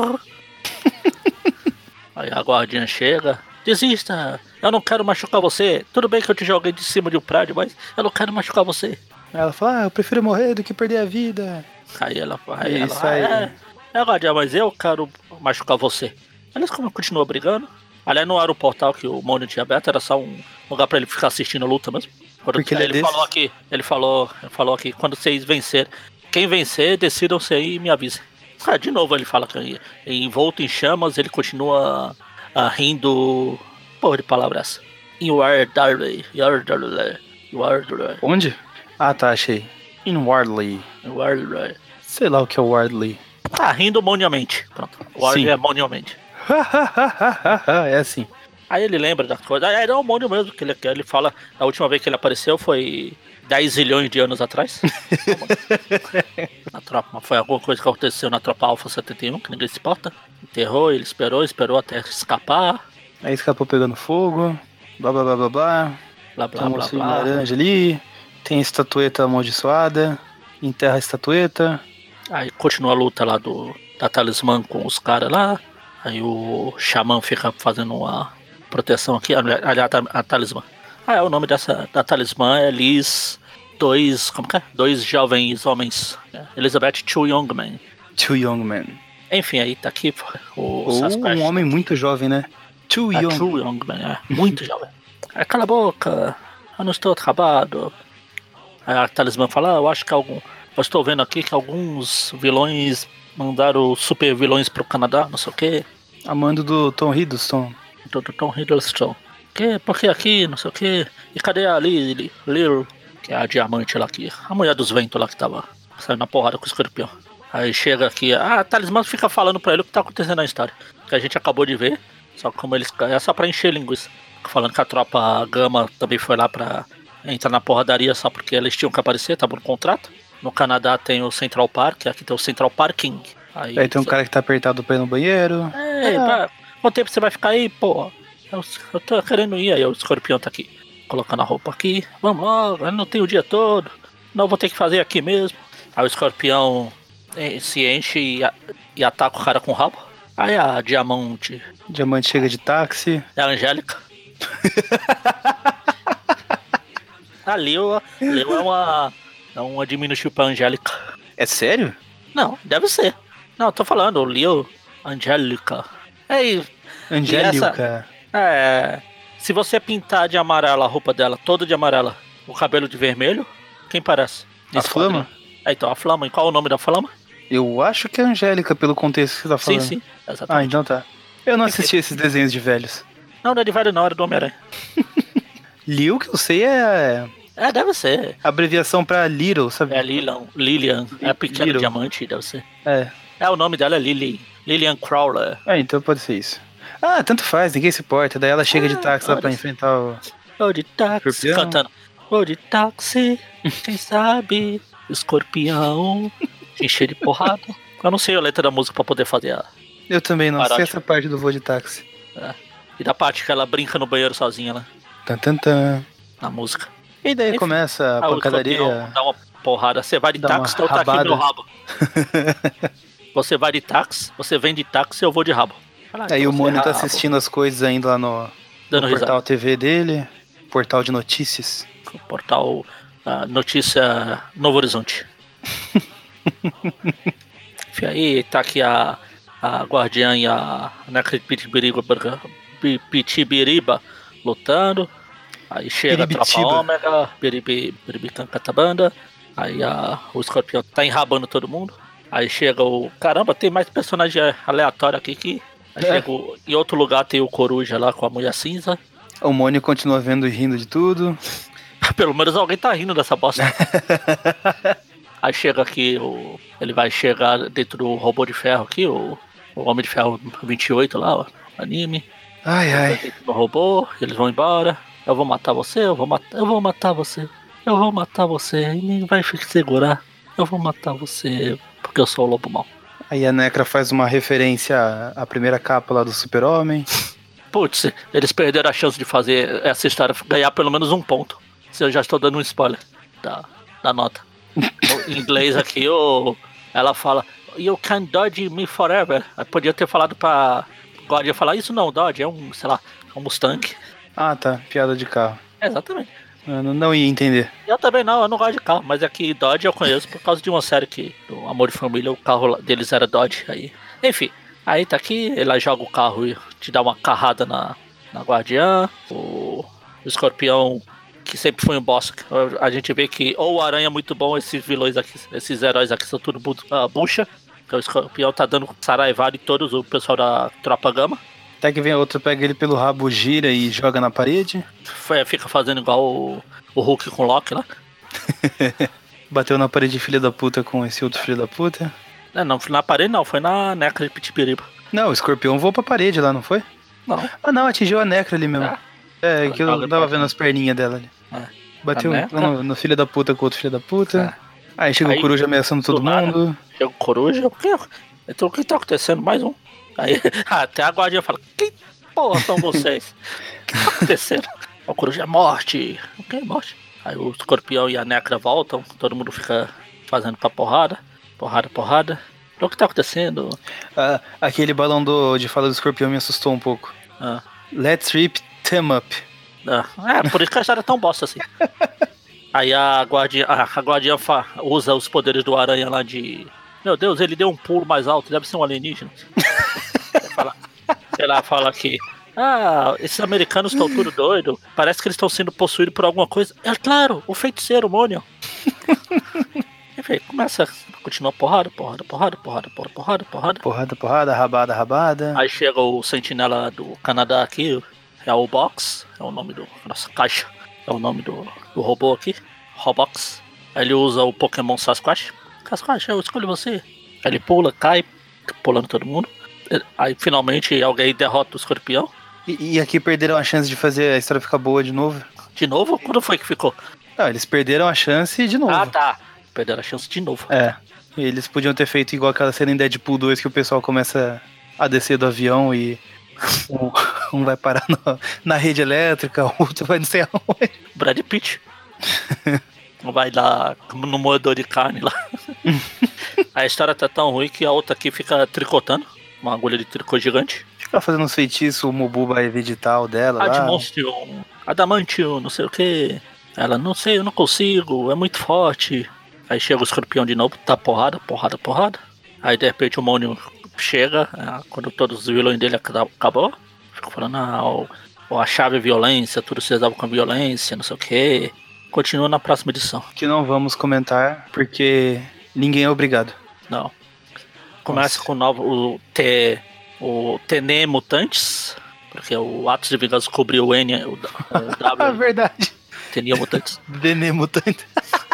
S1: Aí a guardinha chega, desista, eu não quero machucar você. Tudo bem que eu te joguei de cima de um prédio, mas eu não quero machucar você.
S2: Ela fala, ah, eu prefiro morrer do que perder a vida.
S1: Aí ela fala, aí
S2: Isso
S1: ela,
S2: aí.
S1: É, é guardiã, mas eu quero machucar você. Eles continuam brigando. Aliás, não era o portal que o Mônio tinha aberto, era só um lugar pra ele ficar assistindo a luta mesmo. Quando
S2: Porque ele,
S1: ele
S2: é
S1: falou aqui, ele falou, ele falou aqui, quando vocês vencerem, quem vencer, decidam-se aí e me avisem. Ah, de novo ele fala que envolto em chamas, ele continua ah, rindo. Porra de palavra essa. Inwardly, inwardly, inwardly.
S2: Onde? Ah, tá, achei. Inwardly.
S1: Inwardly.
S2: Sei lá o que é o Wardly.
S1: Ah, rindo moniamente. Pronto. Wardly é moniamente.
S2: É assim.
S1: Aí ele lembra da coisa. Ah, era o Mônio mesmo, que ele, que ele fala. A última vez que ele apareceu foi dez zilhões de anos atrás. Na tropa, foi alguma coisa que aconteceu na Tropa Alpha setenta e um, que ninguém se importa. Enterrou, ele esperou, esperou até escapar.
S2: Aí escapou pegando fogo. Blá blá blá blá blá.
S1: Blá blá
S2: Tem um
S1: blá
S2: ursinho
S1: blá.
S2: laranja ali. Tem a estatueta amaldiçoada. Enterra a estatueta.
S1: Aí continua a luta lá do, da talismã com os caras lá. Aí o xamã fica fazendo uma proteção aqui. Aliás, a, a talismã. Ah, é o nome dessa da talismã é Liz. Dois. Como que é? Dois jovens homens. É, Elizabeth Two Young Men.
S2: Two Young Men.
S1: Enfim, aí tá aqui o
S2: Ou
S1: Sasquatch.
S2: um homem muito jovem, né? Two
S1: É,
S2: Young.
S1: Two Young Men, é. Muito jovem. É, cala a boca. Eu não estou acabado. Aí a talismã fala, ah, eu acho que algum. Eu estou vendo aqui que alguns vilões mandaram super vilões pro Canadá, não sei o que.
S2: Amando do Tom Hiddleston.
S1: Do, do Tom Hiddleston. Que? Por que aqui, não sei o que. E cadê a Lily? Lily, que é a diamante lá aqui. A mulher dos ventos lá que tava saindo na porrada com o escorpião. Aí chega aqui, ah, a talismã fica falando pra ele o que tá acontecendo na história. Que a gente acabou de ver. Só que como eles. É só pra encher linguiça. Falando que a tropa Gama também foi lá pra entrar na porradaria só porque eles tinham que aparecer, tava no contrato. No Canadá tem o Central Park, aqui tem o Central Parking. Aí,
S2: Aí tem um cara que tá apertado pra ir no banheiro.
S1: É,
S2: ah.
S1: pra... quanto tempo você vai ficar aí, pô? Eu, eu tô querendo ir, aí o escorpião tá aqui, colocando a roupa aqui. Vamos logo, eu não tenho o dia todo. Não, vou ter que fazer aqui mesmo. Aí o escorpião eh, se enche e, a... e ataca o cara com o rabo. Aí a diamante...
S2: Diamante chega de táxi.
S1: É a Angélica. A Leo, Leo é uma... É uma diminutivo pra Angélica.
S2: É sério?
S1: Não, deve ser. Não, eu tô falando, o Leo, Angélica. É,
S2: Angélica.
S1: É. Se você pintar de amarela a roupa dela, toda de amarela, o cabelo de vermelho, quem parece?
S2: A Flama?
S1: É, então, a Flama. E qual é o nome da Flama?
S2: Eu acho que é a Angélica, pelo contexto que você tá falando.
S1: Sim, sim, exatamente.
S2: Ah, então tá. Eu não assisti esses desenhos de velhos.
S1: Não, não é de velho não, era do Homem-Aranha.
S2: Liu, que eu sei, é
S1: É, deve ser.
S2: abreviação pra Little, sabe?
S1: É Lilian, Lilian, é a pequena
S2: Little.
S1: diamante, deve ser.
S2: É.
S1: É, o nome dela é Lily, Lilian Crowler.
S2: Ah, então pode ser isso. Ah, tanto faz, ninguém se importa. Daí ela chega de
S1: Ah,
S2: táxi lá pra
S1: foda-se.
S2: enfrentar o...
S1: Vou de táxi,
S2: Escorpião.
S1: cantando. Vou de táxi, quem sabe, escorpião, encher de porrada. Eu não sei a letra da música pra poder fazer a...
S2: Eu também não sei
S1: Paródia.
S2: essa parte do voo de táxi.
S1: É. E da parte que ela brinca no banheiro sozinha, né?
S2: Tan, tan, tan.
S1: Na música.
S2: E daí
S1: Enfim.
S2: começa a
S1: Ah, o
S2: pancadaria.
S1: escorpião dá uma porrada. Você vai de
S2: Dá
S1: táxi,
S2: uma
S1: então tá aqui
S2: rabada.
S1: meu rabo. Você vai de táxi, você vem de táxi, eu vou de rabo. Ah,
S2: Aí
S1: então
S2: o
S1: você
S2: Mônio
S1: é
S2: tá
S1: rabo.
S2: assistindo as coisas ainda lá no,
S1: Dando
S2: no portal
S1: risada.
S2: T V dele. Portal de notícias.
S1: O portal ah, Notícia Novo Horizonte. Enfim, aí tá aqui a, a Guardiã e a Necripitibiriba Pitibiriba lutando. Aí chega a Tropa
S2: Piribitiba.
S1: Ômega, Biribi, Biribicancatabanda. Aí a, o Escorpião tá enrabando todo mundo. Aí chega o... Caramba, tem mais personagem aleatório aqui que... Aí
S2: É.
S1: chega o... Em outro lugar tem o Coruja lá com a mulher cinza.
S2: O Mônio continua vendo e rindo de tudo.
S1: Pelo menos alguém tá rindo dessa bosta. Aí chega aqui, o... ele vai chegar dentro do robô de ferro aqui, o, o Homem de Ferro vinte e oito lá, ó, anime.
S2: Ai, ai.
S1: Dentro do robô, eles vão embora. Eu vou matar você, eu vou matar, eu vou matar você. Eu vou matar você, e ninguém vai segurar. Eu vou matar você, porque eu sou o lobo mau.
S2: Aí a Necra faz uma referência à, à primeira capa lá do Super-Homem.
S1: Putz, eles perderam a chance de fazer essa história ganhar pelo menos um ponto. Se eu já estou dando um spoiler da, da nota. Em inglês aqui, o, ela fala You can dodge me forever. Aí podia ter falado pra Guardian falar isso não, Dodge, é um, sei lá, é um Mustang.
S2: Ah, tá. Piada de carro.
S1: É, exatamente.
S2: Eu não, não ia entender.
S1: Eu também não, eu não gosto de carro, mas aqui Dodge eu conheço por causa de uma série que, do Amor de Família, o carro deles era Dodge. Aí. Enfim, aí tá aqui, ela joga o carro e te dá uma carrada na, na Guardiã. O, o Escorpião, que sempre foi um boss, a gente vê que ou o Aranha é muito bom, esses vilões aqui, esses heróis aqui são tudo uh, bucha. Então o Escorpião tá dando saraivada em todos o pessoal da Tropa Gama.
S2: Até que vem a outra, pega ele pelo rabo, gira e joga na parede.
S1: Foi, fica fazendo igual o, o Hulk com o Loki lá.
S2: Bateu na parede filha da puta com esse outro filho da puta.
S1: É, não, na parede não, foi na Necra de Pitipiriba.
S2: Não, o escorpião voou pra parede lá, não foi?
S1: Não.
S2: Ah não, atingiu a Necra ali mesmo.
S1: Ah.
S2: É,
S1: Ela
S2: que eu
S1: joga
S2: tava
S1: pra
S2: vendo as perninhas dela ali.
S1: É.
S2: Bateu
S1: A Necra?
S2: no, no filho da puta com o outro filho da puta. Aí chega
S1: Aí,
S2: o Coruja ameaçando todo
S1: do nada.
S2: mundo.
S1: Chega o Coruja, o que, então, o que tá acontecendo? Mais um. Aí até a Guardiã fala, quem porra são vocês? O que tá acontecendo? O Coruja é morte. O que é morte? Aí o Escorpião e a Necra voltam, todo mundo fica fazendo pra porrada. Porrada, porrada. O que tá acontecendo?
S2: Ah, aquele balão do, de fala do escorpião me assustou um pouco.
S1: Ah,
S2: Let's rip them up.
S1: ah, é, por isso que a história é tão bosta assim. Aí a Guardiã, a, a Guardiã fa, usa os poderes do Aranha lá de... Meu Deus, ele deu um pulo mais alto, deve ser um alienígena. Fala, ela fala que... Ah, esses americanos estão tudo doido. Parece que eles estão sendo possuídos por alguma coisa. É claro, o feiticeiro, o Mônio. Enfim, começa... Continua porrada, porrada, porrada, porrada, porrada, porrada, porrada.
S2: Porrada, porrada, rabada, rabada.
S1: Aí chega o sentinela do Canadá aqui, é o Box, é o nome do... Nossa, caixa, é o nome do, do robô aqui, Robox. Aí ele usa o Pokémon Sasquatch. Sasquatch, eu escolho você. Aí ele pula, cai, pulando todo mundo. Aí finalmente alguém derrota o escorpião.
S2: E, e aqui perderam a chance de fazer a história ficar boa de novo.
S1: De novo? Quando foi que ficou?
S2: Não, eles perderam a chance de novo.
S1: Ah, tá. Perderam a chance de novo.
S2: É. Eles podiam ter feito igual aquela cena em Deadpool dois que o pessoal começa a descer do avião e um, um vai parar no, na rede elétrica, o outro vai não sei aonde.
S1: Brad Pitt. Vai lá no moedor de carne lá. A história tá tão ruim que a outra aqui fica tricotando. Uma agulha de tricô gigante.
S2: Fica fazendo uns feitiços, o Mubu vai editar o dela lá.
S1: Admonstium, Adamantium, não sei o que. Ela, não sei, eu não consigo, é muito forte. Aí chega o escorpião de novo, tá porrada, porrada, porrada. Aí de repente o Mônio chega, é, quando todos os vilões dele acabou. Fica falando, ah, o, a chave é violência, tudo se resolve com violência, não sei o que. Continua na próxima edição.
S2: Que não vamos comentar, porque ninguém é obrigado.
S1: Não. Começa
S2: Nossa.
S1: com o novo, o T, o T N E Mutantes, porque o Atos de Vingança cobriu o N, o, o W,
S2: Verdade.
S1: T N E Mutantes.
S2: D N Mutante.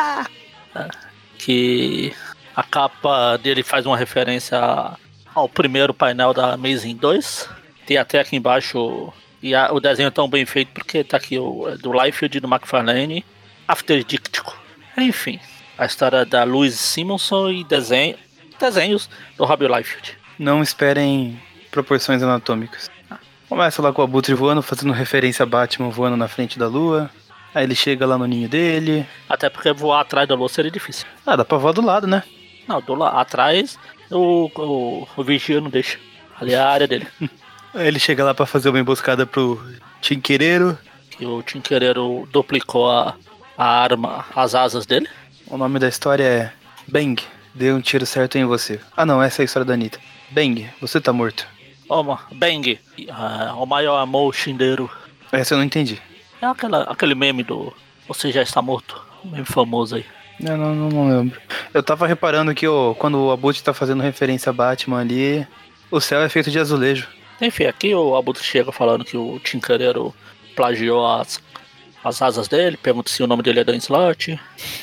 S1: Que a capa dele faz uma referência ao primeiro painel da Amazing dois. Tem até aqui embaixo, e a, o desenho é tão bem feito porque tá aqui o do Liefeld e do McFarlane, Afterdíctico. Enfim, a história da Louise Simonson e desenho, desenhos do Rob Liefeld.
S2: Não esperem proporções anatômicas. Começa lá com o Abutre voando, fazendo referência a Batman voando na frente da lua. Aí ele chega lá no ninho dele.
S1: Até porque voar atrás da lua seria difícil.
S2: Ah, dá pra voar do lado, né?
S1: Não, do lá atrás o, o, o vigia não deixa. Ali é a área dele.
S2: Aí ele chega lá pra fazer uma emboscada pro Tinquereiro.
S1: Que o Tinquereiro duplicou a, a arma, as asas dele.
S2: O nome da história é Bang, deu um tiro certo em você. Ah não, essa é a história da Anitta. Bang, você tá morto.
S1: Oma, Bang, uh, o maior amor Shindeiro.
S2: Essa eu não entendi.
S1: É aquela, aquele meme do Você Já Está Morto. Um meme famoso aí.
S2: Não, não, não, não lembro. Eu tava reparando que ó, quando o Abutre tá fazendo referência a Batman ali, o céu é feito de azulejo.
S1: Enfim, aqui o Abutre chega falando que o Tinquereiro plagiou as, as asas dele, pergunta se o nome dele é Dan Slott.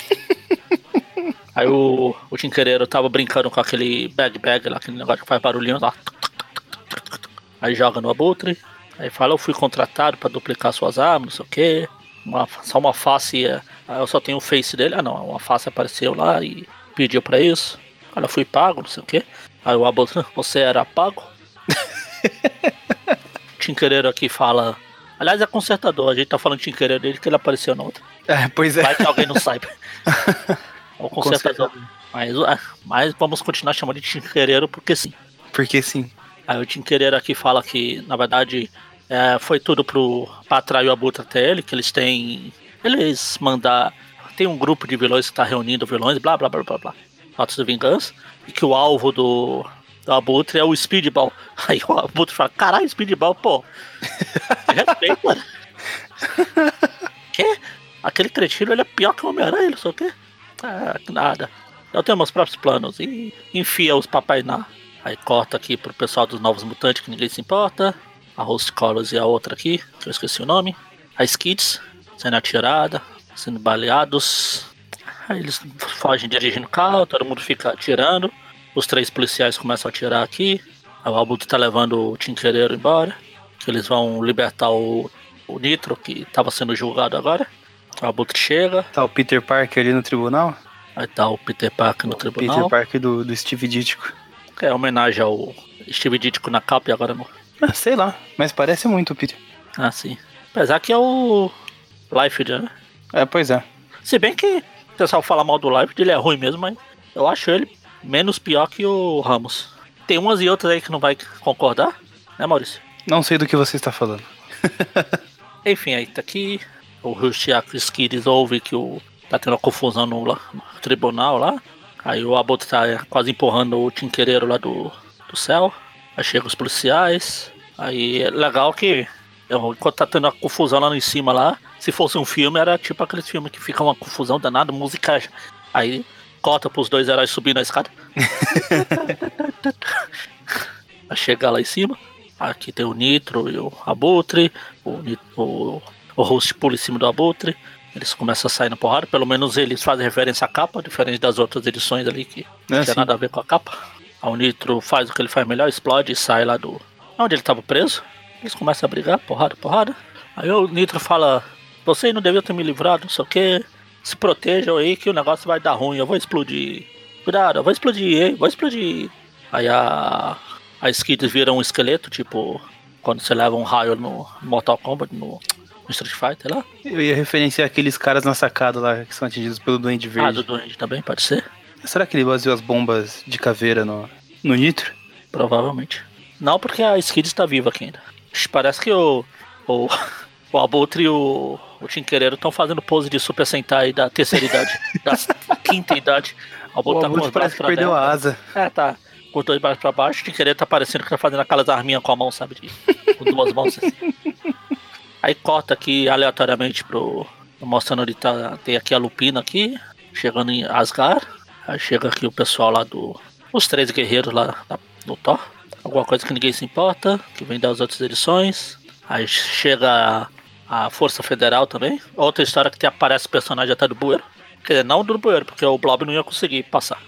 S1: Aí o, o Tinquereiro tava brincando com aquele bag bag lá, aquele negócio que faz barulhinho lá. Aí joga no Abutre. Aí fala, eu fui contratado pra duplicar suas armas, não sei o que. Uma, só uma face, aí eu só tenho o face dele. Ah não, uma face apareceu lá e pediu pra isso. Aí eu fui pago, não sei o que. Aí o Abutre, você era pago? Tinquereiro aqui fala. Aliás, é consertador, a gente tá falando de Tinquereiro dele que ele apareceu na outra.
S2: É, pois é.
S1: Vai que alguém não saiba. O consertador. Mas, mas vamos continuar chamando de Tinquereiro porque sim.
S2: Porque sim.
S1: Aí o Tinquereiro aqui fala que, na verdade, é, foi tudo pro, pra atrair o Abutre até ele, que eles têm. Eles mandar. Tem um grupo de vilões que tá reunindo vilões, blá blá blá blá blá. Atos de vingança. E que o alvo do. do Abutre é o Speedball. Aí o Abutre fala, caralho, Speedball, pô. Respeito, mano. Que? Aquele cretino, ele é pior que o Homem-Aranha, não sei o quê. Ah, nada. Eu tenho meus próprios planos. E enfia os papai na. Aí corta aqui pro pessoal dos Novos Mutantes, que ninguém se importa. A Host Colors e a outra aqui, que eu esqueci o nome. A Skids, sendo atirada, sendo baleados. Aí eles fogem dirigindo o carro, todo mundo fica atirando. Os três policiais começam a atirar aqui. Aí o Abutre tá levando o Tinquereiro embora. Que eles vão libertar o, o Nitro, que tava sendo julgado agora. O Abutre chega.
S2: Tá o Peter Parker ali no tribunal?
S1: Aí tá o Peter Parker no
S2: o
S1: tribunal.
S2: Peter Parker do, do Steve Ditko.
S1: É homenagem ao Steve Ditko na capa e agora no...
S2: Ah, sei lá, mas parece muito o Peter.
S1: Ah, sim. Apesar que é o Liefeld, né?
S2: É, pois é.
S1: Se bem que o pessoal fala mal do Liefeld, ele é ruim mesmo, mas eu acho ele menos pior que o Ramos. Tem umas e outras aí que não vai concordar, né, Maurício?
S2: Não sei do que você está falando.
S1: Enfim, aí tá aqui. O Rushiak Skids ouve que o, tá tendo uma confusão no, lá, no tribunal lá. Aí o Abutre tá quase empurrando o Tinquereiro lá do, do céu. Aí chegam os policiais. Aí é legal que enquanto tá tendo uma confusão lá em cima lá, se fosse um filme, era tipo aqueles filmes que fica uma confusão danada, música. Aí corta pros dois heróis subindo a escada. Aí chega lá em cima. Aqui tem o Nitro e o Abutre. O, o, o host pula em cima do Abutre. Eles começam a sair na porrada. Pelo menos eles fazem referência à capa, diferente das outras edições ali que não
S2: É,
S1: tinha
S2: sim.
S1: nada a ver com a capa. Aí o Nitro faz o que ele faz melhor, explode e sai lá do... onde ele estava preso. Eles começam a brigar, porrada, porrada. Aí o Nitro fala, você não devia ter me livrado, não sei o que. Se protejam aí que o negócio vai dar ruim, eu vou explodir. Cuidado, eu vou explodir, hein? Vou explodir. Aí a... a Skids vira um esqueleto, tipo... quando você leva um raio no Mortal Kombat, no... no Street Fighter lá.
S2: Eu ia referenciar aqueles caras na sacada lá que são atingidos pelo Duende Verde.
S1: Ah, do Duende também, pode ser?
S2: Será que ele baseou as bombas de caveira no, no Nitro?
S1: Provavelmente. Não, porque a Skids está viva aqui ainda. Parece que o, o, o Abutre e o, o Tinquereiro estão fazendo pose de Super Sentai da terceira idade, da quinta idade.
S2: O Abutre parece que perdeu a asa.
S1: É, tá. Com os dois braços pra baixo. O Tinquereiro tá parecendo que tá fazendo aquelas arminhas com a mão, sabe? De, com duas mãos assim. Aí corta aqui aleatoriamente pro... mostrando onde tá... tem aqui a Lupina aqui. Chegando em Asgard. Aí chega aqui o pessoal lá do... os três guerreiros lá na, no Thor. Alguma coisa que ninguém se importa, que vem das outras edições. Aí chega a, a Força Federal também. Outra história que tem, aparece personagem até do Bueiro. Quer dizer, não do Bueiro, porque o Blob não ia conseguir passar.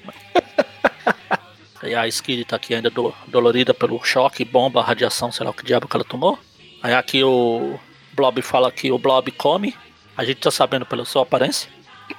S1: Aí a Skid tá aqui ainda do, dolorida pelo choque, bomba, radiação, sei lá o que diabo que ela tomou. Aí aqui o Blob fala que o Blob come. A gente tá sabendo pela sua aparência.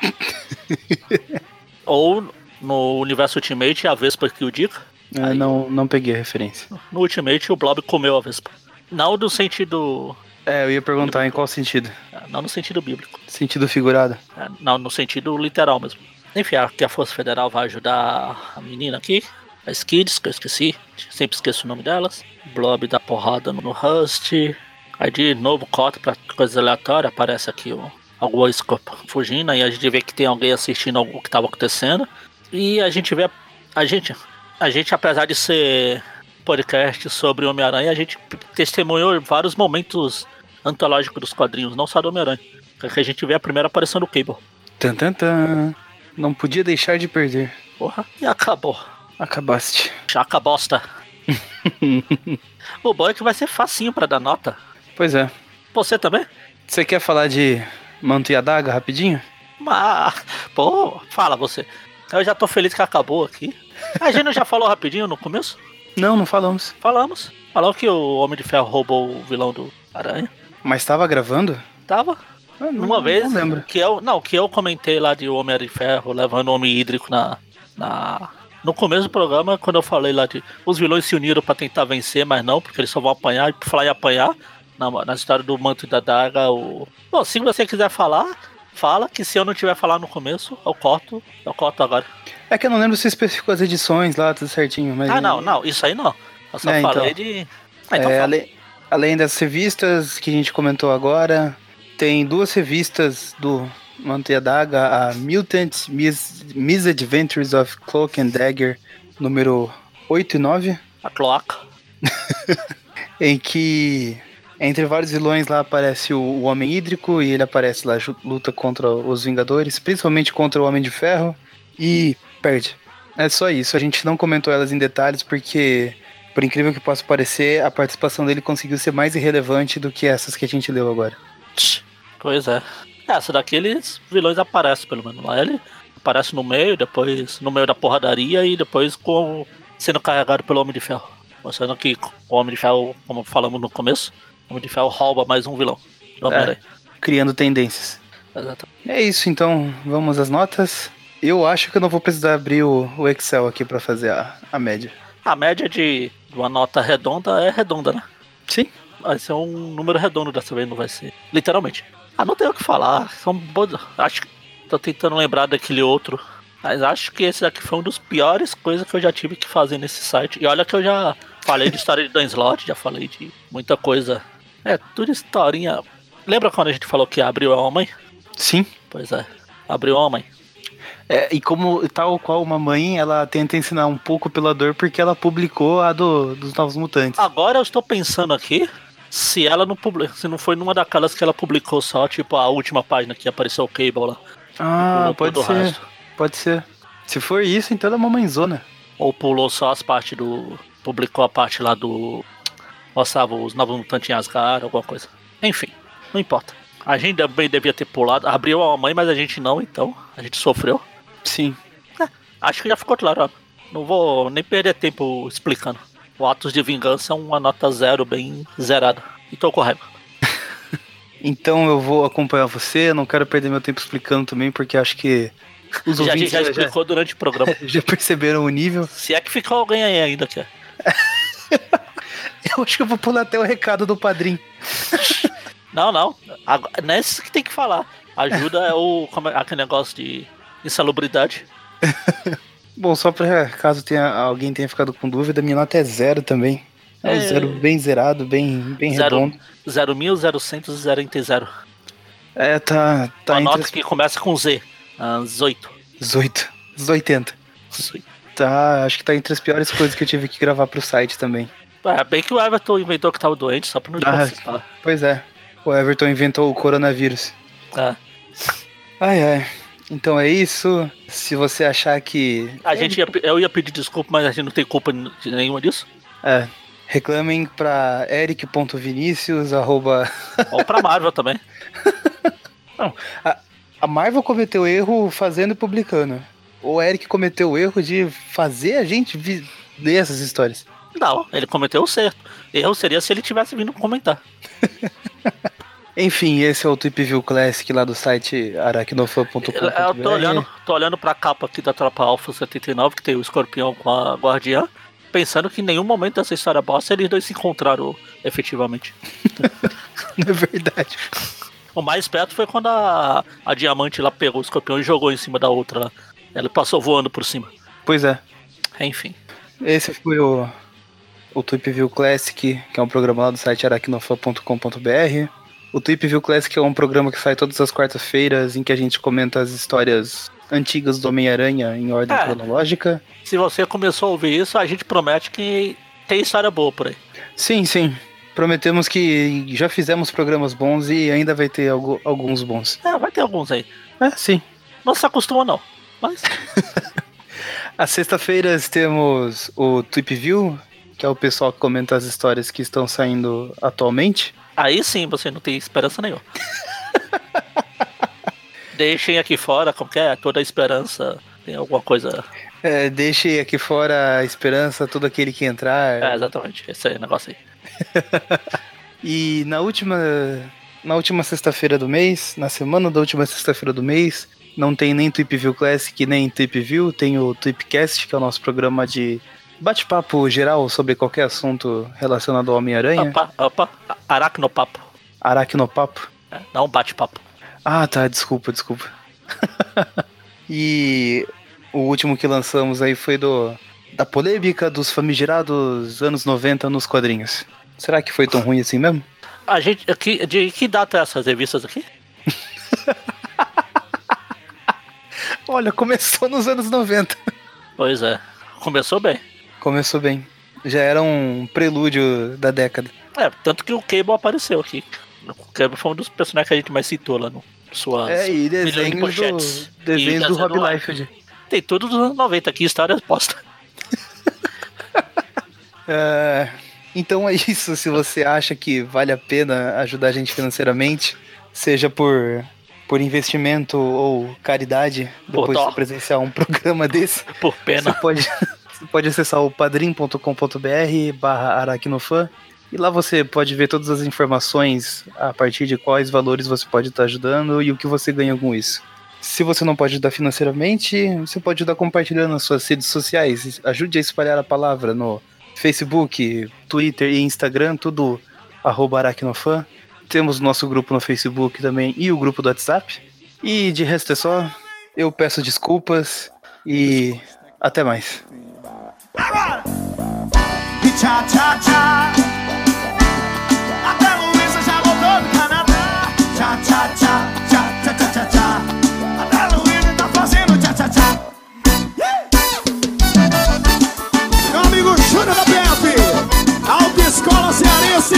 S1: Ou no universo Ultimate é a Vespa que o diga.
S2: É, não, não peguei a referência.
S1: No Ultimate o Blob comeu a Vespa. Não do sentido...
S2: É, eu ia perguntar em qual sentido.
S1: Não no sentido bíblico.
S2: Sentido figurado.
S1: É, não, no sentido literal mesmo. Enfim, aqui a Força Federal vai ajudar a menina aqui. A Skids, que eu esqueci. Sempre esqueço o nome delas. Blob dá porrada no Rust. Aí de novo corta pra coisa aleatória. Aparece aqui o, alguma escopa fugindo. Aí a gente vê que tem alguém assistindo o que tava acontecendo. E a gente vê... A, a gente... A gente, apesar de ser podcast sobre o Homem-Aranha, a gente testemunhou vários momentos antológicos dos quadrinhos, não só do Homem-Aranha. Que a gente vê a primeira aparição do Cable.
S2: Tan, tan, tan. Não podia deixar de perder.
S1: Porra, e acabou.
S2: Acabaste.
S1: Chaca bosta. O bom é que vai ser facinho pra dar nota.
S2: Pois é.
S1: Você também?
S2: Você quer falar de Manto e Adaga rapidinho?
S1: Mas, pô, fala você. Eu já tô feliz que acabou aqui. A gente não já falou rapidinho no começo?
S2: Não, não falamos.
S1: Falamos. Falou que o Homem de Ferro roubou o vilão do Aranha.
S2: Mas tava gravando?
S1: Tava.
S2: Ah, não,
S1: Uma vez.
S2: Não lembro.
S1: Que eu, não, que eu comentei lá de Homem de Ferro levando o Homem Hídrico na, na... No começo do programa, quando eu falei lá de... Os vilões se uniram pra tentar vencer, mas não, porque eles só vão apanhar. E por falar em apanhar, na, na história do Manto e da Daga, o... Bom, se você quiser falar... Fala que se eu não tiver falado no começo, eu corto, eu corto agora.
S2: É que eu não lembro se especificou as edições lá, tudo certinho. Mas
S1: ah, não, não, isso aí não. Eu só
S2: é,
S1: falei
S2: então.
S1: de... Ah, então
S2: é,
S1: fala.
S2: além, além das revistas que a gente comentou agora, tem duas revistas do Manto e a Daga, a Mutant Mis- Misadventures of Cloak and Dagger, número oito e nove.
S1: A cloaca.
S2: Em que... Entre vários vilões lá aparece o, o Homem Hídrico e ele aparece lá, luta contra os Vingadores, principalmente contra o Homem de Ferro, e perde. É só isso, a gente não comentou elas em detalhes porque, por incrível que possa parecer, a participação dele conseguiu ser mais irrelevante do que essas que a gente leu agora.
S1: Pois é. Essa daqui eles vilões aparecem pelo menos lá. Ele aparece no meio, depois no meio da porradaria e depois com, sendo carregado pelo Homem de Ferro. Mostrando que o Homem de Ferro, como falamos no começo, o Homem de Ferro rouba mais um vilão.
S2: É, criando tendências.
S1: Exatamente.
S2: É isso, então vamos às notas. Eu acho que eu não vou precisar abrir o, o Excel aqui pra fazer a, a média.
S1: A média de uma nota redonda é redonda, né?
S2: Sim.
S1: Vai ser um número redondo dessa vez, não vai ser. Literalmente. Ah, não tenho o que falar. São boas. Acho que tô tentando lembrar daquele outro. Mas acho que esse daqui foi um dos piores coisas que eu já tive que fazer nesse site. E olha que eu já falei de história de Dan Slott, já falei de muita coisa. É, tudo historinha. Lembra quando a gente falou que abriu a mãe?
S2: Sim.
S1: Pois é, abriu a mãe.
S2: É, e como tal qual uma mãe, ela tenta ensinar um pouco pela dor porque ela publicou a do, dos Novos Mutantes.
S1: Agora eu estou pensando aqui se ela não publicou, se não foi numa daquelas que ela publicou só, tipo a última página que apareceu o Cable lá.
S2: Ah, pode ser.
S1: Resto.
S2: Pode ser. Se for isso, então é uma mãezona.
S1: Ou pulou só as partes do. Publicou a parte lá do. Mostrava os Novos Mutantes em Asgard, alguma coisa. Enfim, não importa. A gente também devia ter pulado. Abriu a mãe, mas a gente não, então. A gente sofreu.
S2: Sim.
S1: É, acho que já ficou claro. Ó. Não vou nem perder tempo explicando. O Atos de Vingança é uma nota zero, bem zerada. E tô com raiva.
S2: Então eu vou acompanhar você. Não quero perder meu tempo explicando também, porque acho que os
S1: já,
S2: ouvintes
S1: já
S2: já,
S1: explicou
S2: já,
S1: durante o programa.
S2: já perceberam o nível.
S1: Se é que ficou alguém aí ainda aqui.
S2: Eu acho que eu vou pular até o recado do padrinho.
S1: Não, não. Não é isso que tem que falar. Ajuda é o como é, aquele negócio de insalubridade.
S2: Bom, só pra caso tenha, alguém tenha ficado com dúvida, minha nota é zero também. É um
S1: É...
S2: zero bem zerado, bem, bem
S1: zero,
S2: redondo.
S1: zero mil, zero cento e zero.
S2: É, tá, tá
S1: Uma
S2: entre
S1: nota
S2: as...
S1: que começa com Z. Uh, dezoito.
S2: dezoito. Os oitenta. Tá, acho que tá entre as piores coisas que eu tive que gravar pro site também.
S1: É, bem que o Everton inventou que tava doente, só pra não
S2: Ah,
S1: participar.
S2: pois é. O Everton inventou o coronavírus.
S1: É.
S2: Ai, ai. Então é isso. Se você achar que...
S1: A gente ia, eu ia pedir desculpa, mas a gente não tem culpa de nenhuma disso.
S2: É. Reclamem pra eric.vinicius, arroba...
S1: Ou pra Marvel também.
S2: Não, a, a Marvel cometeu erro fazendo e publicando. O Eric cometeu o erro de fazer a gente vi- ler essas histórias.
S1: Não, ele cometeu o certo. Erro seria se ele tivesse vindo comentar.
S2: Enfim, esse é o Tweep View Classic lá do site aracnofan ponto com ponto b r.
S1: Eu tô olhando, tô olhando pra capa aqui da Tropa Alpha setenta e nove, que tem o Escorpião com a Guardiã, pensando que em nenhum momento dessa história bosta eles dois se encontraram efetivamente.
S2: Não é verdade.
S1: O mais perto foi quando a, a Diamante lá pegou o Escorpião e jogou em cima da outra lá. Ela passou voando por cima.
S2: Pois é.
S1: Enfim.
S2: Esse foi o, o Tweep View Classic, que é um programa lá do site aracnofan ponto com ponto b r. O Tweep View Classic é um programa que sai todas as quartas-feiras, em que a gente comenta as histórias antigas do Homem-Aranha em ordem
S1: É.
S2: cronológica.
S1: Se você começou a ouvir isso, a gente promete que tem história boa por aí.
S2: Sim, sim. Prometemos que já fizemos programas bons e ainda vai ter algu- alguns bons.
S1: É, vai ter alguns aí.
S2: É, sim.
S1: Não se acostuma não, mas...
S2: Às sextas-feiras temos o Tweep View, que é o pessoal que comenta as histórias que estão saindo atualmente.
S1: Aí sim você não tem esperança nenhuma. Deixem aqui fora, como que é? Toda a esperança tem alguma coisa...
S2: É, deixe aqui fora a esperança, todo aquele que entrar.
S1: É, exatamente, esse aí, negócio aí.
S2: E na última, na última sexta-feira do mês, na semana da última sexta-feira do mês, não tem nem Tweep View Classic, nem Tweep View, tem o Tweepcast, que é o nosso programa de bate-papo geral sobre qualquer assunto relacionado ao Homem-Aranha.
S1: Opa, opa, aracnopapo.
S2: Aracnopapo.
S1: É, não bate-papo.
S2: Ah, tá, desculpa, desculpa. E o último que lançamos aí foi do da polêmica dos famigerados anos noventa nos quadrinhos. Será que foi tão ruim assim mesmo?
S1: A gente, aqui, de que data é essas revistas aqui?
S2: Olha, começou nos anos noventa.
S1: Pois é, começou bem.
S2: Começou bem. Já era um prelúdio da década.
S1: É, tanto que o Cable apareceu aqui. O Cable foi um dos personagens que a gente mais citou lá no suas
S2: É, e
S1: milhões de
S2: desenhos do,
S1: pochetes.
S2: desenhos
S1: E
S2: do Rob
S1: desenho-
S2: Liefeld.
S1: Tem tudo dos anos noventa aqui, histórias posta.
S2: É, então é isso. Se você acha que vale a pena ajudar a gente financeiramente, seja por, por investimento ou caridade,
S1: Por
S2: depois
S1: dó.
S2: de presenciar um programa desse,
S1: Por pena.
S2: você pode, você pode acessar o padrim ponto com ponto b r barra aracnofan e lá você pode ver todas as informações a partir de quais valores você pode estar ajudando e o que você ganha com isso. Se você não pode ajudar financeiramente, você pode ajudar compartilhando nas suas redes sociais. Ajude a espalhar a palavra no Facebook, Twitter e Instagram, tudo arroba aracnofan. Temos o nosso grupo no Facebook também e o grupo do WhatsApp. E de resto é só. Eu peço desculpas e até mais.
S3: E tchá, tchá, tchá. Até Luísa já voltou do Canadá. Tchá, tchá, tchá, tchá, tchá, tchá, tchá, tchá. Até Luísa tá fazendo tchá, tchá, tchá. Meu amigo Júnior da P F, Autoescola Cearense.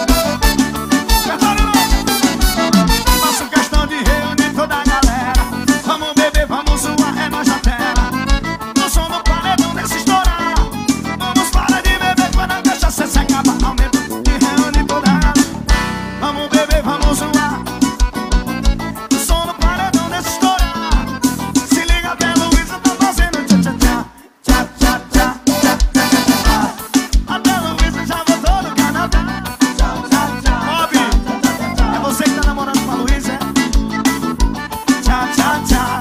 S3: Faço questão de reunir toda a galera. Vamos beber, vamos zoar, é nós na tela. No som do paredão desse estourar. Vamos parar de beber quando a cachaça se acaba. Aumenta e reúne toda a galera. Vamos beber, vamos zoar. No som do paredão desse estourar. Se liga até Luísa tá fazendo tchá tchá tchá. Tchá tchá tchá tchá tchá tchá. Até Luísa já voltou do Canadá. Tchá tchá tchá. Bob, é você que tá namorando com a Luísa, é? Tchá tchá tchá.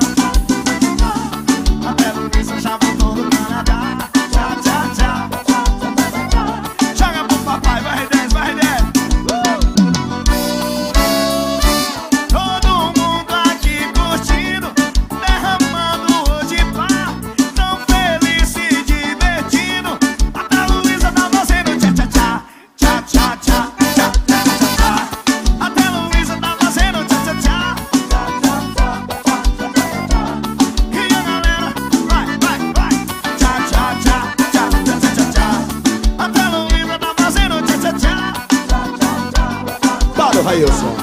S3: Até Luísa já voltou do Canadá. Tchá tchá tchá. Joga pro papai, vai dez, vai dez. Todo mundo aqui curtindo, derramando hoje pá. Tão feliz se divertindo. Até Luísa tá fazendo tchá tchá tchá. Tchá tchá tchá. Tchá tchá tchá tchá. Até Luísa tá fazendo tchá tchá tchá. E a galera vai, vai, vai. Tchá tchá tchá. Tchá tchá tchá tchá. Até Luísa tá fazendo tchá tchá tchá. Para o Railson.